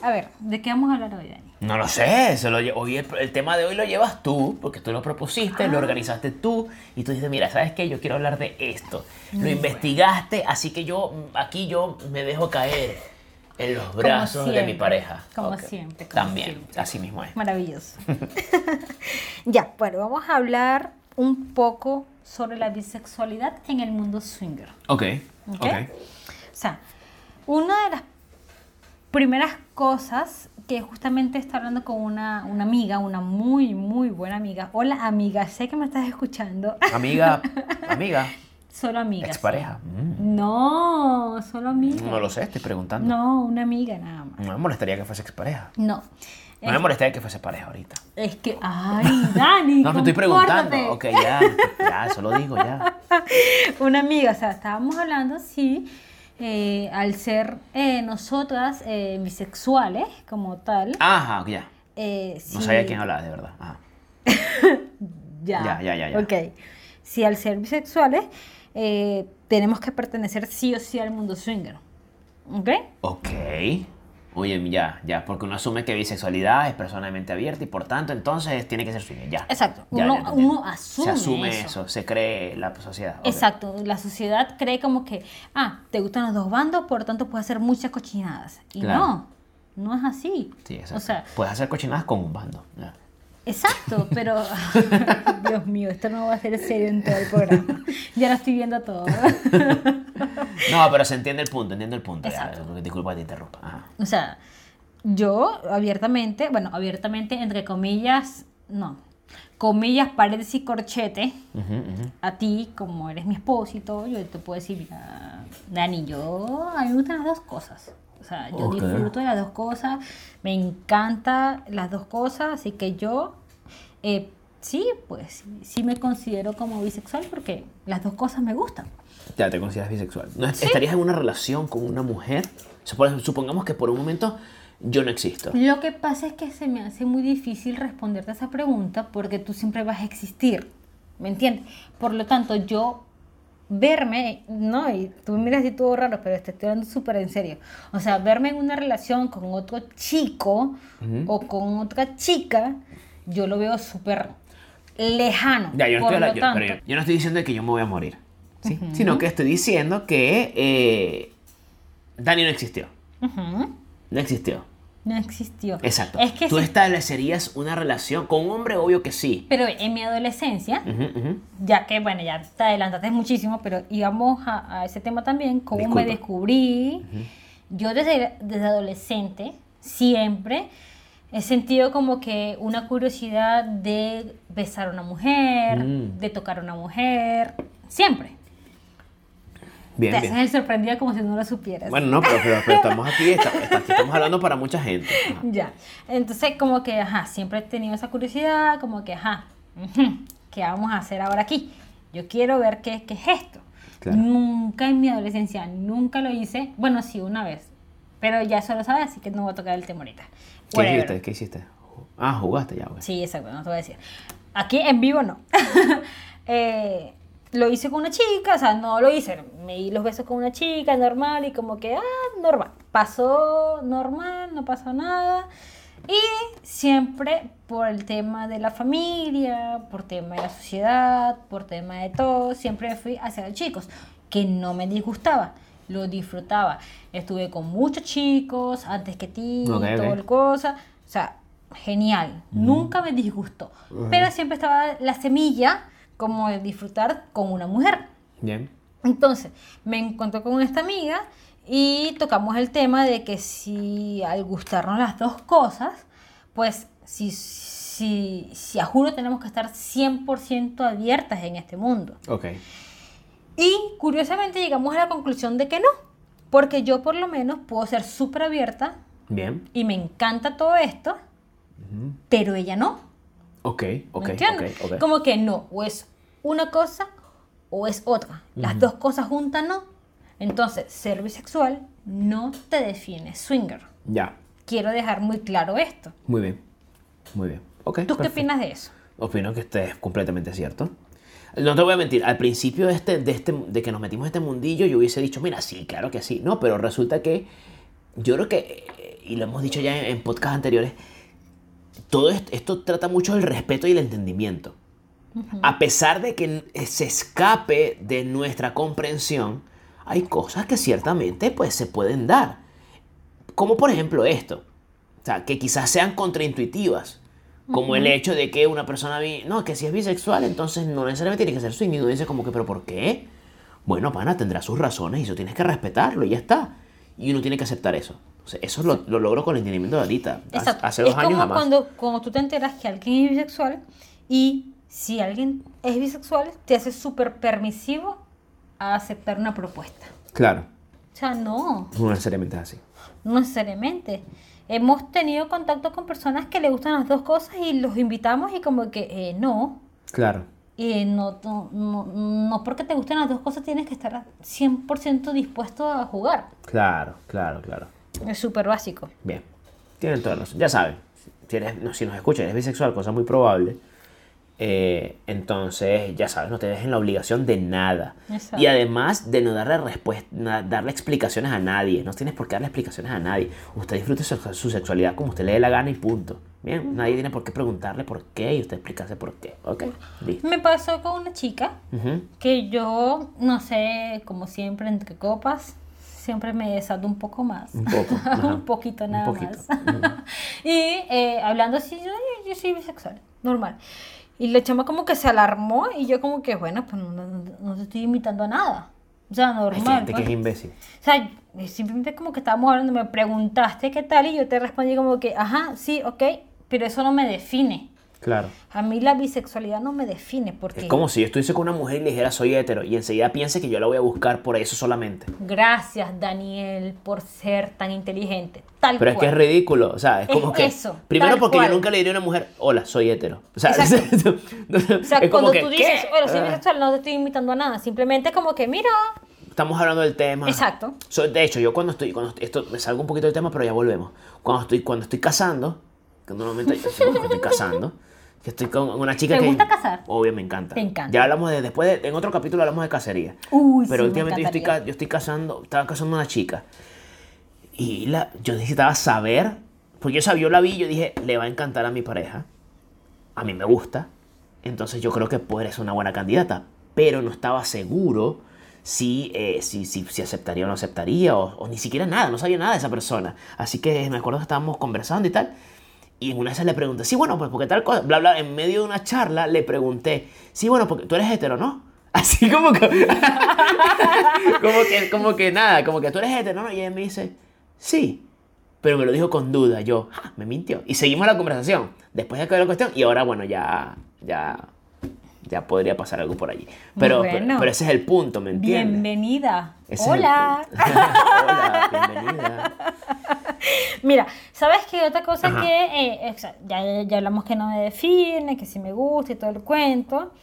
A ver, ¿de qué vamos a hablar hoy, Dani? No lo sé, hoy el tema de hoy lo llevas tú, porque tú lo propusiste, lo organizaste tú, y tú dices, mira, ¿sabes qué? Yo quiero hablar de esto. Lo investigaste, así que yo me dejo caer en los brazos de mi pareja. Como siempre. También, así mismo es. Maravilloso. Ya, bueno, vamos a hablar un poco sobre la bisexualidad en el mundo swinger. Ok. O sea, una de las primeras cosas que justamente está hablando con una amiga, una muy, muy buena amiga. Hola, amiga, sé que me estás escuchando. Amiga. Solo amiga. Expareja. Sí. No, solo amiga. No lo sé, estoy preguntando. No, una amiga nada más. No me molestaría que fuese expareja. No. No me molestaría que fuese pareja ahorita. Es que, ay, Dani, no, te estoy preguntando. compórtate. Ok, ya, eso lo digo, ya. Una amiga, o sea, estábamos hablando, sí, al ser nosotras bisexuales como tal. Ajá, ya. Sí, No sabía quién hablaba, de verdad. Ajá. Ya. Ya. Ok. Si al ser bisexuales tenemos que pertenecer sí o sí al mundo swinger. ¿Ok? Ok. Oye, ya, porque uno asume que bisexualidad es personalmente abierta y por tanto entonces tiene que ser swinger, ya. Exacto. Ya, Uno asume se asume eso. eso, se cree la sociedad. Ok. Exacto, la sociedad cree como que, te gustan los dos bandos, por lo tanto puedes hacer muchas cochinadas. Y Claro. no es así. Sí, exacto. O sea, puedes hacer cochinadas con un bando. Ya. exacto, pero Dios mío, esto no va a ser serio en todo el programa. Ya lo estoy viendo todo. No, pero se entiende el punto. Exacto. Ya, disculpa que te interrumpa. Ajá. O sea, yo abiertamente, entre comillas, no, comillas, paredes y corchete, a ti, como eres mi esposo y todo, yo te puedo decir, mira, Dani, a mí me gustan las dos cosas. O sea, yo disfruto de las dos cosas, me encantan las dos cosas, así que yo, sí me considero como bisexual porque las dos cosas me gustan. Ya te consideras bisexual. ¿No Sí. estarías en una relación con una mujer? Supongamos que por un momento yo no existo. Lo que pasa es que se me hace muy difícil responderte a esa pregunta porque tú siempre vas a existir, ¿me entiendes? Por lo tanto, yo verme, ¿no? Y tú me miras así todo raro, pero te estoy hablando súper en serio. O sea, verme en una relación con otro chico o con otra chica, yo lo veo súper lejano. Ya, yo no, Por lo pero tanto, yo no estoy diciendo que yo me voy a morir, ¿sí? Sino que estoy diciendo que Dani no existió. No existió. no existió. Exacto. Es que Tú sí, establecerías una relación con un hombre, obvio que sí. pero en mi adolescencia, Ujú. ya que, bueno, ya te adelantaste muchísimo, pero íbamos a ese tema también, cómo Disculpa. me descubrí. Yo desde adolescente siempre he sentido como que una curiosidad de besar a una mujer, de tocar a una mujer, siempre. Bien, Te haces bien. el sorprendido como si no lo supieras. Bueno, no, pero estamos aquí, estamos hablando para mucha gente. Ajá. Ya, entonces como que, siempre he tenido esa curiosidad, como que, ¿qué vamos a hacer ahora aquí? Yo quiero ver qué es esto. Claro. Nunca en mi adolescencia, nunca lo hice. Bueno, sí, una vez, pero ya eso lo sabes, así que no voy a tocar el tema ahorita. Whatever. ¿Qué hiciste? Ah, jugaste ya, güey. Sí, exacto, no te voy a decir. Aquí en vivo no. Lo hice con una chica, o sea, no lo hice, me di los besos con una chica normal y como que, normal. Pasó normal, no pasó nada. Y siempre por el tema de la familia, por tema de la sociedad, por tema de todo, siempre fui hacia los chicos, que no me disgustaba, lo disfrutaba. Estuve con muchos chicos antes que ti, Ok. todo el cosa, o sea, genial, nunca me disgustó, pero siempre estaba la semilla como de disfrutar con una mujer. Bien. Entonces, me encontré con esta amiga y tocamos el tema de que si al gustarnos las dos cosas, pues si a juro tenemos que estar 100% abiertas en este mundo. Ok. Y curiosamente llegamos a la conclusión de que no, porque yo por lo menos puedo ser súper abierta Bien. y me encanta todo esto, pero ella no. Ok. ¿Me entiendes? Ok. Como que no, o es una cosa o es otra. Las dos cosas juntas no. Entonces, ser bisexual no te define swinger. Ya. Quiero dejar muy claro esto. Muy bien. Ok. ¿Tú qué perfecto. opinas de eso? Opino que es completamente cierto. No te voy a mentir, al principio de que nos metimos en este mundillo, yo hubiese dicho, mira, sí, claro que sí. No, pero resulta que yo creo que, y lo hemos dicho ya en podcasts anteriores, todo esto trata mucho del respeto y el entendimiento. A pesar de que se escape de nuestra comprensión, hay cosas que ciertamente pues, se pueden dar. Como por ejemplo esto. O sea, que quizás sean contraintuitivas. Como el hecho de que una persona... No, que si es bisexual, entonces no necesariamente tiene que ser swing. Y uno dice como que, ¿pero por qué? Bueno, pana, tendrá sus razones y eso tienes que respetarlo y ya está. Y uno tiene que aceptar eso. O sea, eso lo logro con el entendimiento de ahorita. Exacto. Hace 2 años jamás. Es como cuando tú te enteras que alguien es bisexual y si alguien es bisexual te hace súper permisivo a aceptar una propuesta. Claro. O sea, no. No necesariamente es así. No necesariamente. Hemos tenido contacto con personas que le gustan las dos cosas y los invitamos y como que no. Claro. No porque te gusten las dos cosas tienes que estar 100% dispuesto a jugar. Claro. Es súper básico. Bien. Tienen toda la razón. Ya saben, si nos escuchan, eres bisexual, cosa muy probable. Entonces, ya sabes, no te dejen la obligación de nada. Exacto. Y además de no darle darle explicaciones a nadie. No tienes por qué darle explicaciones a nadie. Usted disfrute su sexualidad como usted le dé la gana y punto. Bien, nadie tiene por qué preguntarle por qué y usted explicarse por qué. Ok, listo. Me pasó con una chica que yo, no sé, como siempre, entre copas, siempre me desato un poco más. Un poco. Ajá. Un poquito nada Un poquito. más. Y hablando así, yo soy bisexual, normal. Y la chama como que se alarmó y yo como que, bueno, pues no te estoy imitando a nada. O sea, normal. Hay gente pues. que es imbécil. O sea, simplemente como que estábamos hablando, me preguntaste qué tal y yo te respondí como que, ajá, sí, ok, pero eso no me define. Claro. A mí la bisexualidad no me define porque... Es como si yo estuviese con una mujer y le dijera soy hetero y enseguida piense que yo la voy a buscar por eso solamente. Gracias, Daniel, por ser tan inteligente. Tal Pero es que es cual. ridículo, o sea, es como que... eso, Primero tal porque cual. yo nunca le diría a una mujer, hola, soy hetero. O sea, Exacto. O sea, es como cuando que, tú dices, ¿qué? bueno, soy bisexual, no te estoy imitando a nada. Simplemente como que, mira... Estamos hablando del tema. Exacto. De hecho, yo cuando esto me salgo un poquito del tema, pero ya volvemos. Cuando estoy casando, que normalmente cuando estoy casando, que estoy con una chica ¿Te que... gusta casar? Obvio, me encanta. Te encanta. Ya hablamos en otro capítulo hablamos de cacería. Uy, pero sí, últimamente me encantaría. yo estaba casando a una chica. Y yo necesitaba saber, porque yo la vi y yo dije, le va a encantar a mi pareja. A mí me gusta. Entonces yo creo que puede ser una buena candidata. Pero no estaba seguro si aceptaría o no aceptaría, o ni siquiera nada, no sabía nada de esa persona. Así que me acuerdo que estábamos conversando y tal. Y en una de esas le pregunté, sí, bueno, pues porque tal cosa, bla, bla. En medio de una charla le pregunté, sí, bueno, porque tú eres hetero, ¿no? Así como que, como que nada, como que tú eres hetero, ¿no? Y ella me dice, sí. Pero me lo dijo con duda. Yo, me mintió. Y seguimos la conversación. Después de acabar la cuestión. Y ahora, bueno, ya podría pasar algo por allí. Pero, Bueno. pero ese es el punto, ¿me entiendes? Bienvenida. Ese es Hola. el punto. Hola, bienvenida. Mira, ¿sabes qué? Otra cosa Ajá. que, o sea, ya hablamos que no me define, que sí me gusta y todo el cuento,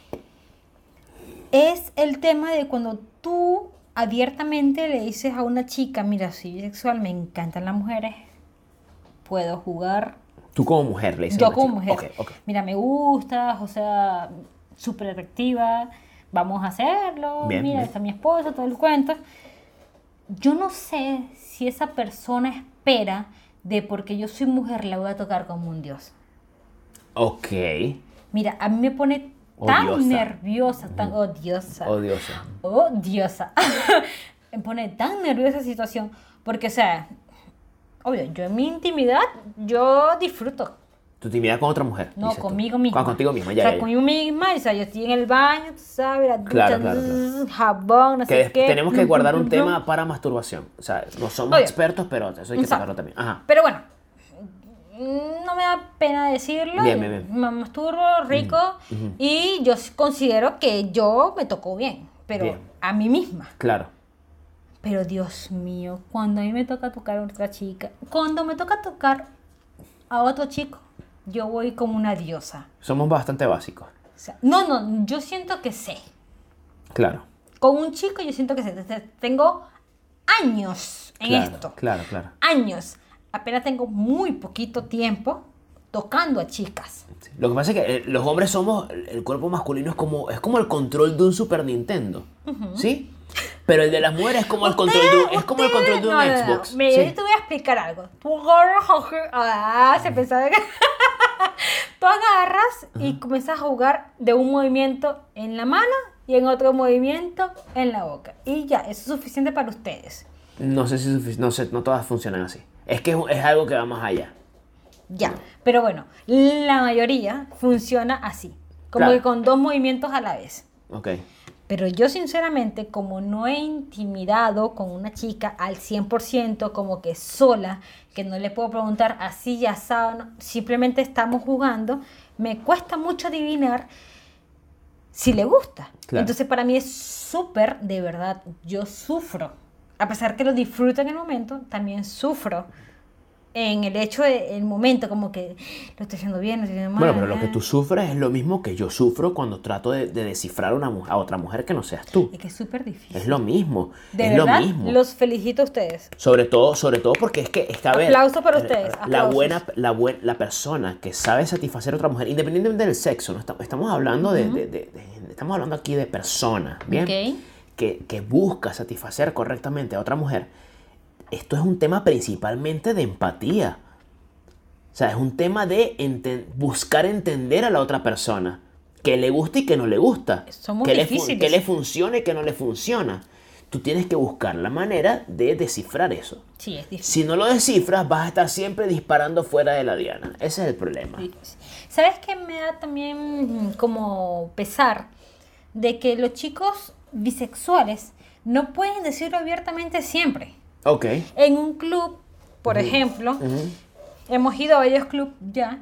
es el tema de cuando tú abiertamente le dices a una chica, mira, soy bisexual, me encantan las mujeres, puedo jugar. Tú como mujer le dices a Yo una como chica. mujer, Ok. mira, me gustas, o sea, súper atractiva, vamos a hacerlo, Bien, mira, bien. está mi esposo, todo el cuento. Yo no sé si esa persona espera de porque yo soy mujer la voy a tocar como un dios. Ok. Mira, a mí me pone tan Odiosa. nerviosa, tan odiosa. Odiosa. Odiosa. Me pone tan nerviosa esa situación. Porque, o sea, obvio, yo en mi intimidad, yo disfruto. Tu intimidad con otra mujer. No, dices tú. conmigo misma. Contigo misma, O ya. sea, ya. conmigo misma, o sea, yo estoy en el baño, tú sabes, la ducha, Claro. jabón, no sé qué. Tenemos que guardar un plum. tema para masturbación. O sea, no somos Oye. expertos, pero eso hay que Exacto. tocarlo también. Ajá. Pero bueno, no me da pena decirlo. Bien. Me masturbo rico y yo considero que yo me tocó bien, pero Bien. a mí misma. Claro. Pero Dios mío, cuando a mí me toca tocar a otra chica, cuando me toca tocar a otro chico, yo voy como una diosa. Somos bastante básicos. O sea, no, yo siento que sé. Claro. Con un chico yo siento que sé. Tengo años en esto. Claro. Años. Apenas tengo muy poquito tiempo tocando a chicas. Sí. Lo que pasa es que los hombres somos, el cuerpo masculino es como el control de un Super Nintendo. ¿Sí? Pero el de las mujeres es como el control de es como el control de un Xbox. Mira, Sí. yo te voy a explicar algo. Tú agarras, se pensaba que... Tú agarras y comienzas a jugar de un movimiento en la mano y en otro movimiento en la boca. Y ya, eso es suficiente para ustedes. No sé si no sé, no todas funcionan así. Es que es algo que va más allá. Ya, pero bueno, la mayoría funciona así. Como Claro. que con 2 movimientos a la vez. Ok. Pero yo sinceramente, como no he intimidado con una chica al 100%, como que sola, que no le puedo preguntar así ya saben, simplemente estamos jugando, me cuesta mucho adivinar si le gusta. Claro. Entonces para mí es súper, de verdad, yo sufro. A pesar que lo disfruto en el momento, también sufro en el hecho del momento, como que lo estoy haciendo bien, lo estoy haciendo mal. Bueno, pero lo que tú sufres es lo mismo que yo sufro cuando trato de descifrar a otra mujer que no seas tú. Es que es súper difícil. Es lo mismo. De es verdad, lo mismo. los felicito a ustedes. Sobre todo porque es que a ver, Aplausos para ustedes, La aplausos. la persona que sabe satisfacer a otra mujer, independientemente del sexo, ¿no? Estamos hablando estamos hablando aquí de personas, ¿bien? Ok. Que busca satisfacer correctamente a otra mujer. Esto es un tema principalmente de empatía. O sea, es un tema de buscar entender a la otra persona. Que le gusta y que no le gusta. Somos que difíciles. que le funciona y que no le funciona. Tú tienes que buscar la manera de descifrar eso. Sí, es difícil. Si no lo descifras, vas a estar siempre disparando fuera de la diana. Ese es el problema. ¿Sabes qué me da también como pesar? De que los chicos bisexuales no pueden decirlo abiertamente siempre. Ok. En un club, por ejemplo, hemos ido a varios clubes ya,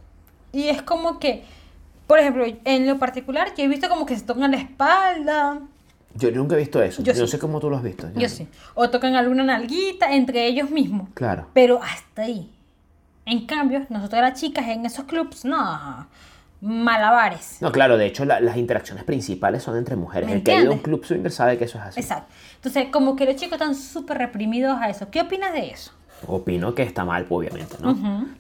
y es como que, por ejemplo, en lo particular, yo he visto como que se tocan la espalda. Yo nunca he visto eso. Yo Yo no sí. sé cómo tú lo has visto. Yo sí. O tocan alguna nalguita entre ellos mismos. Claro. Pero hasta ahí. En cambio, nosotras las chicas en esos clubs, no, malabares. No, claro, de hecho las interacciones principales son entre mujeres. ¿Me El que ha ido a un entiendes? club swinger sabe que eso es así. Exacto. Entonces, como que los chicos están súper reprimidos a eso. ¿Qué opinas de eso? Opino que está mal, pues, obviamente, ¿no?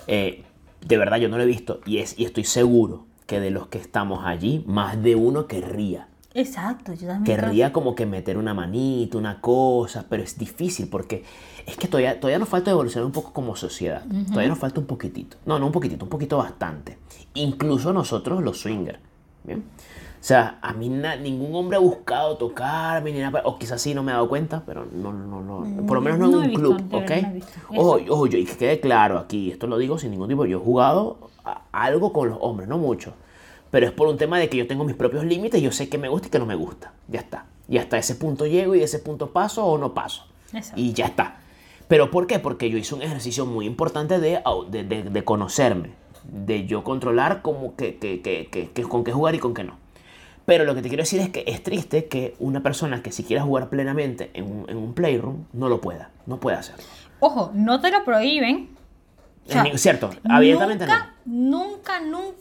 De verdad, yo no lo he visto y estoy seguro que de los que estamos allí, más de uno querría. Exacto, yo también. Querría como que meter una manita, una cosa, pero es difícil porque es que todavía nos falta evolucionar un poco como sociedad. Todavía nos falta un poquitito. No un poquitito, un poquito bastante. Incluso nosotros los swingers. ¿Bien? O sea, a mí ningún hombre ha buscado tocarme ni nada. O quizás sí, no me he dado cuenta, pero no. Por lo menos no en No he un visto, club, de ¿ok? verdad no he visto. Ojo, y que quede claro aquí, esto lo digo sin ningún tipo. Yo he jugado algo con los hombres, no mucho. Pero es por un tema de que yo tengo mis propios límites, yo sé que me gusta y que no me gusta. Ya está. Y hasta ese punto llego y de ese punto paso o no paso. Exacto. Y ya está. ¿Pero por qué? Porque yo hice un ejercicio muy importante de conocerme. De yo controlar como con qué jugar y con qué no. Pero lo que te quiero decir es que es triste que una persona que si quiera jugar plenamente en un playroom no lo pueda. No puede hacerlo. Ojo, no te lo prohíben. O sea, Cierto, abiertamente nunca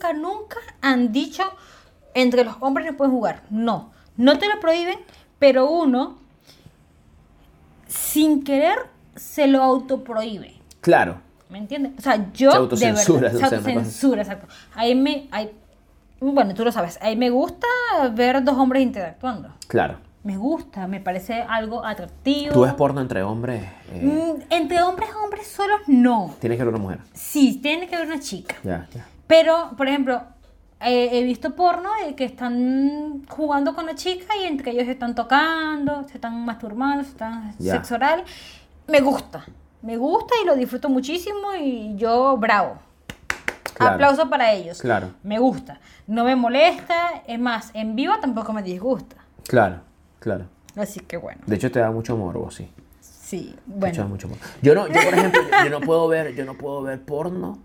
han dicho entre los hombres no pueden jugar. No te lo prohíben, pero uno, sin querer, se lo autoprohíbe. Claro. ¿Me entiendes? O sea, yo Se autocensura, de verdad, o sea, se autocensura, exacto. Bueno, tú lo sabes, a mí me gusta ver 2 hombres interactuando. Claro. Me gusta, me parece algo atractivo. ¿Tú ves porno entre hombres? Entre hombres solos, no. Tienes que ver una mujer. Sí, tiene que ver una chica. Ya. Pero, por ejemplo, he visto porno de que están jugando con la chica y entre ellos se están tocando, se están masturbando, se están Ya. sexo oral. Me gusta y lo disfruto muchísimo y yo, bravo. Claro. Aplauso para ellos. Claro. Me gusta. No me molesta, es más, en vivo tampoco me disgusta. Claro. Así que bueno. De hecho te da mucho morbo, sí. Sí, De hecho, da bueno. mucho morbo. Yo, por ejemplo, yo no puedo ver porno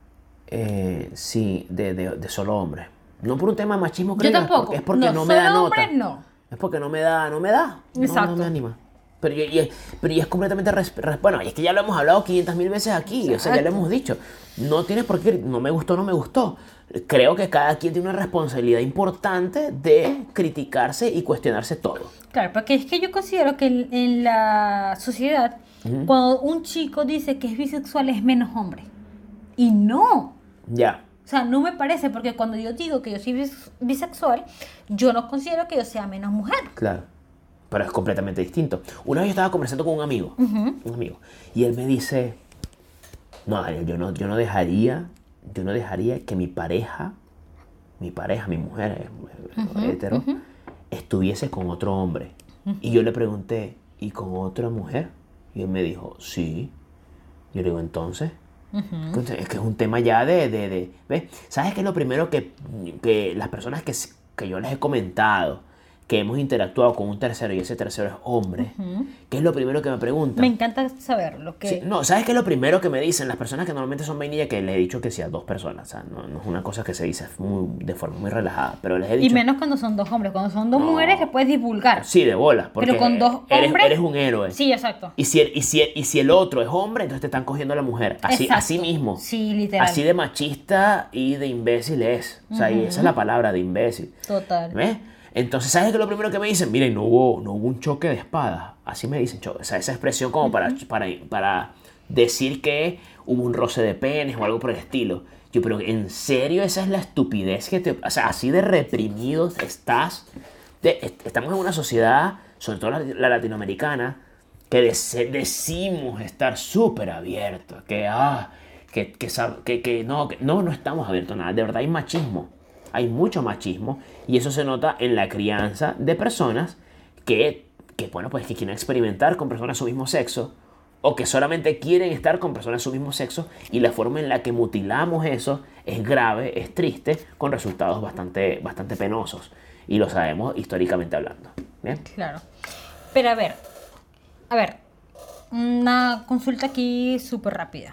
sí, de solo hombres. No por un tema de machismo, Yo creo. tampoco. Es porque no me da solo nota. hombres no. Es porque no me da. Exacto. No me anima. Pero y es completamente... Bueno, y es que ya lo hemos hablado 500.000 veces aquí. O sea, ya lo hemos dicho. No tienes por qué... No me gustó. Creo que cada quien tiene una responsabilidad importante de criticarse y cuestionarse todo. Claro, porque es que yo considero que en la sociedad, cuando un chico dice que es bisexual es menos hombre. Y no. Ya. O sea, no me parece, porque cuando yo digo que yo soy bisexual, yo no considero que yo sea menos mujer. Claro. pero es completamente distinto. Una vez yo estaba conversando con un amigo, y él me dice, no, Daniel, yo no dejaría que mi pareja, mi mujer, hetero, estuviese con otro hombre. Y yo le pregunté, ¿y con otra mujer? Y él me dijo, sí. Yo le digo, entonces, es que es un tema ya ¿ves? ¿Sabes qué es lo primero que las personas que yo les he comentado, que hemos interactuado con un tercero y ese tercero es hombre, ¿qué es lo primero que me preguntan? Me encanta saber lo que... Sí, no, ¿sabes qué es lo primero que me dicen las personas que normalmente son vainilla? Que les he dicho que sí a dos personas, o sea, no es una cosa que se dice de forma muy relajada, pero les he dicho... Y menos cuando son dos hombres, cuando son dos mujeres que puedes divulgar. Sí, de bola, porque pero con dos hombres... eres un héroe. Sí, exacto. Y si el otro es hombre, entonces te están cogiendo a la mujer, así mismo. Sí, literal. Así de machista y de imbécil es, o sea, y esa es la palabra, de imbécil. Total. ¿Ves? Entonces, ¿sabes qué es lo primero que me dicen? Miren, no hubo un choque de espadas. Así me dicen, o sea, esa expresión como para decir que hubo un roce de penes o algo por el estilo. Yo, pero ¿en serio esa es la estupidez o sea, así de reprimidos estás? Estamos en una sociedad, sobre todo la latinoamericana, que decimos estar súper abiertos, que no estamos abiertos a nada. De verdad hay machismo. Hay mucho machismo y eso se nota en la crianza de personas que bueno, pues que quieren experimentar con personas de su mismo sexo o que solamente quieren estar con personas de su mismo sexo, y la forma en la que mutilamos eso es grave, es triste, con resultados bastante penosos, y lo sabemos históricamente hablando. ¿Bien? Claro. Pero a ver, una consulta aquí súper rápida.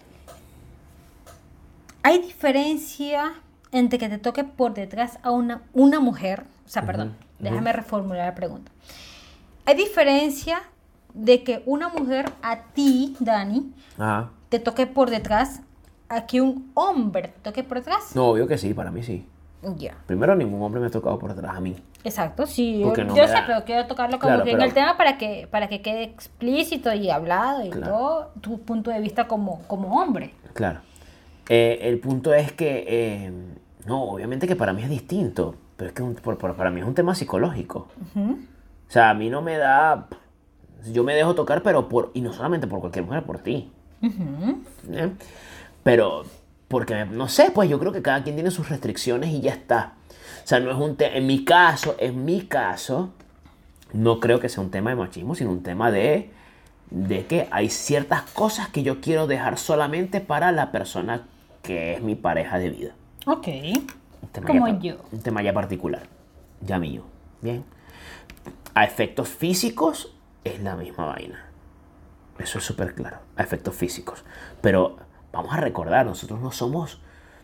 ¿Hay diferencia entre que te toque por detrás a una mujer? O sea, perdón, déjame reformular la pregunta. ¿Hay diferencia de que una mujer a ti, Dani, te toque por detrás a que un hombre te toque por detrás? No, obvio que sí, para mí sí. Ya. Primero, ningún hombre me ha tocado por detrás a mí. Exacto, sí. Porque no yo me sé, da- pero quiero tocarlo como Claro, que en pero- el tema para que quede explícito y hablado y Claro. todo tu punto de vista como hombre. Claro. El punto es que, no, obviamente que para mí es distinto, pero es que para mí es un tema psicológico. O sea, a mí no me da... Yo me dejo tocar, pero y no solamente por cualquier mujer, por ti. ¿Eh? Pero, porque, no sé, pues yo creo que cada quien tiene sus restricciones y ya está. O sea, no es en mi caso, no creo que sea un tema de machismo, sino un tema de que hay ciertas cosas que yo quiero dejar solamente para la persona que es mi pareja de vida. Ok. Un tema Como ya, yo. Un tema ya particular, ya mío. Bien. A efectos físicos es la misma vaina. Eso es súper claro. A efectos físicos. Pero vamos a recordar, nosotros no somos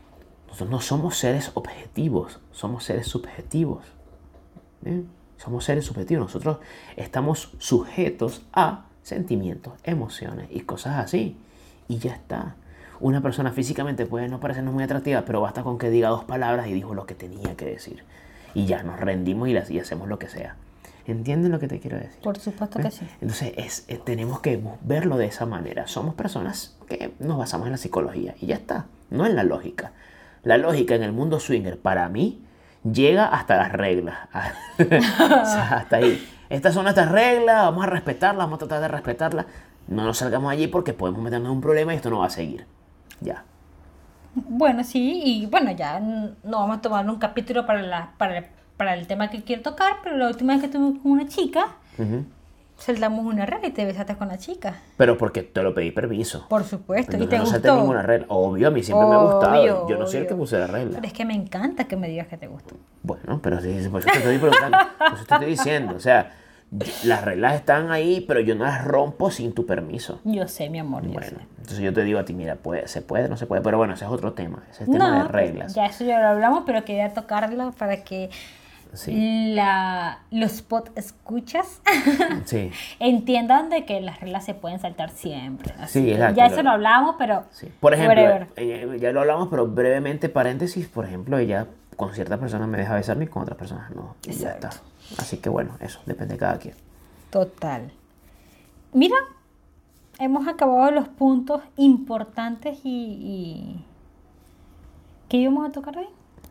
seres objetivos, somos seres subjetivos. ¿Bien? Somos seres subjetivos. Nosotros estamos sujetos a sentimientos, emociones y cosas así. Y ya está. Una persona físicamente puede no parecernos muy atractiva, pero basta con que diga 2 palabras y dijo lo que tenía que decir. Y ya nos rendimos y hacemos lo que sea. ¿Entienden lo que te quiero decir? Por supuesto que sí. Entonces tenemos que verlo de esa manera. Somos personas que nos basamos en la psicología y ya está, no en la lógica. La lógica en el mundo swinger, para mí, llega hasta las reglas. O sea, hasta ahí. Estas son nuestras reglas, vamos a respetarlas, vamos a tratar de respetarlas. No nos salgamos allí porque podemos meternos en un problema y esto no va a seguir. Ya. Bueno, sí, y bueno, ya no vamos a tomar un capítulo para el tema que quiero tocar, pero la última vez que estuve con una chica, saltamos una regla y te besaste con la chica. Pero porque te lo pedí permiso. Por supuesto, Entonces y te no gustó. salté ninguna regla. Obvio, a mí siempre me ha gustado. Yo no soy el que Obvio. puse la regla. Pero es que me encanta que me digas que te gustó. Bueno, pero sí, por eso te estoy preguntando, por eso te estoy diciendo, o sea, las reglas están ahí, pero yo no las rompo sin tu permiso. Yo sé, mi amor, yo Bueno, sé. entonces yo te digo a ti, mira, se puede, no se puede, pero bueno, ese es otro tema, ese es tema de reglas. Ya eso ya lo hablamos, pero quería tocarlo para que Sí. los pod escuchas Sí, entiendan de que las reglas se pueden saltar siempre. Así Sí, que exacto, ya eso claro. lo hablamos, pero sí. Por ejemplo, whatever. ya lo hablamos, pero brevemente, paréntesis, por ejemplo, ella con ciertas personas me deja besarme y con otras personas no. Y ya Exacto. está. Así que bueno, eso, depende de cada quien. Total. Mira, hemos acabado los puntos importantes y ¿qué íbamos a tocar hoy?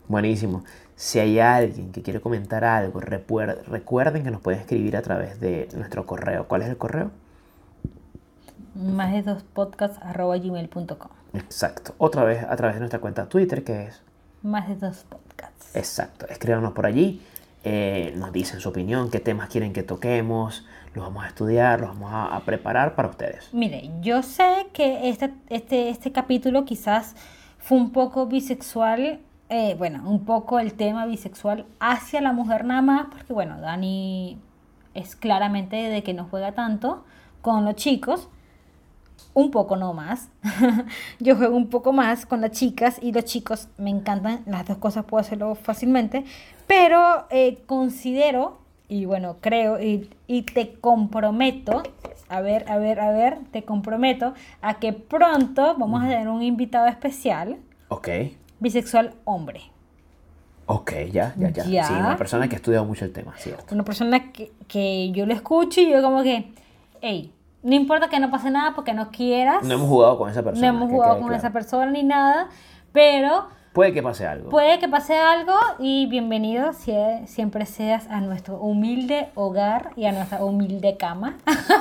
Buenísimo. Si hay alguien que quiere comentar algo, recuerden que nos pueden escribir a través de nuestro correo. ¿Cuál es el correo? Más de dos podcasts@gmail.com. Exacto. Otra vez a través de nuestra cuenta Twitter, que es... Más de dos podcasts. Exacto. Escríbanos por allí. Nos dicen su opinión, qué temas quieren que toquemos. Los vamos a estudiar, los vamos a preparar para ustedes. Mire, yo sé que este capítulo quizás fue un poco bisexual, un poco el tema bisexual hacia la mujer nada más, porque bueno, Dani es claramente de que no juega tanto con los chicos, un poco no más. Yo juego un poco más con las chicas y los chicos, me encantan, las dos cosas puedo hacerlo fácilmente, pero considero, y bueno, creo, y te comprometo, te comprometo a que pronto vamos a tener un invitado especial, Ok. bisexual hombre. Ok, ya. Ya. Sí, una persona que ha estudiado mucho el tema, ¿cierto? Una persona que yo lo escucho y yo como que, hey, no importa que no pase nada porque no quieras. No hemos jugado con esa persona. No hemos que jugado quede con claro. esa persona ni nada, pero Puede que pase algo. puede que pase algo y bienvenido siempre seas a nuestro humilde hogar y a nuestra humilde cama.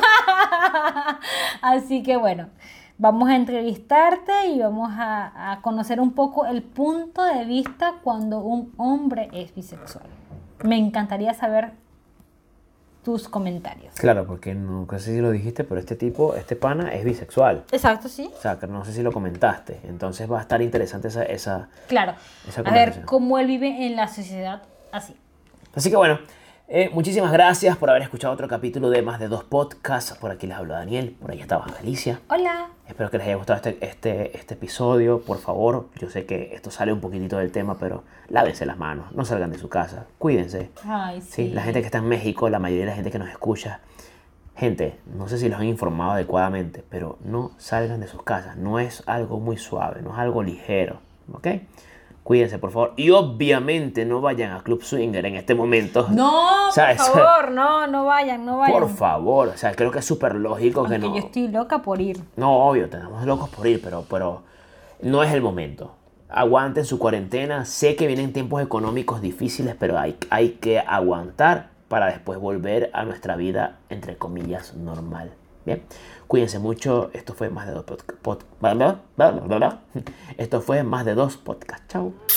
Así que bueno, vamos a entrevistarte y vamos a conocer un poco el punto de vista cuando un hombre es bisexual. Me encantaría saber tus comentarios. Claro, porque no sé si lo dijiste, pero este pana es bisexual. Exacto, sí. O sea, que no sé si lo comentaste. Entonces va a estar interesante esa Claro. esa A ver conversación. cómo él vive en la sociedad así. Así que bueno, muchísimas gracias por haber escuchado otro capítulo de Más de Dos Podcasts. Por aquí les habló Daniel, por ahí estaba Alicia. Hola. Espero que les haya gustado este episodio. Por favor, yo sé que esto sale un poquitito del tema, pero lávense las manos, no salgan de su casa, cuídense. Ay, Sí, sí. la gente que está en México, la mayoría de la gente que nos escucha. Gente, no sé si los han informado adecuadamente, pero no salgan de sus casas. No es algo muy suave, no es algo ligero, ¿ok? Cuídense, por favor. Y obviamente no vayan a Club Swinger en este momento. No, O sea, por eso- favor, no vayan. Por favor, o sea, creo que es súper lógico que Aunque no. yo estoy loca por ir. No, obvio, tenemos locos por ir, pero no es el momento. Aguanten su cuarentena. Sé que vienen tiempos económicos difíciles, pero hay que aguantar para después volver a nuestra vida, entre comillas, normal. Bien, cuídense mucho. Esto fue Más de Dos Podcasts. Esto fue Más de Dos Podcasts. Chao.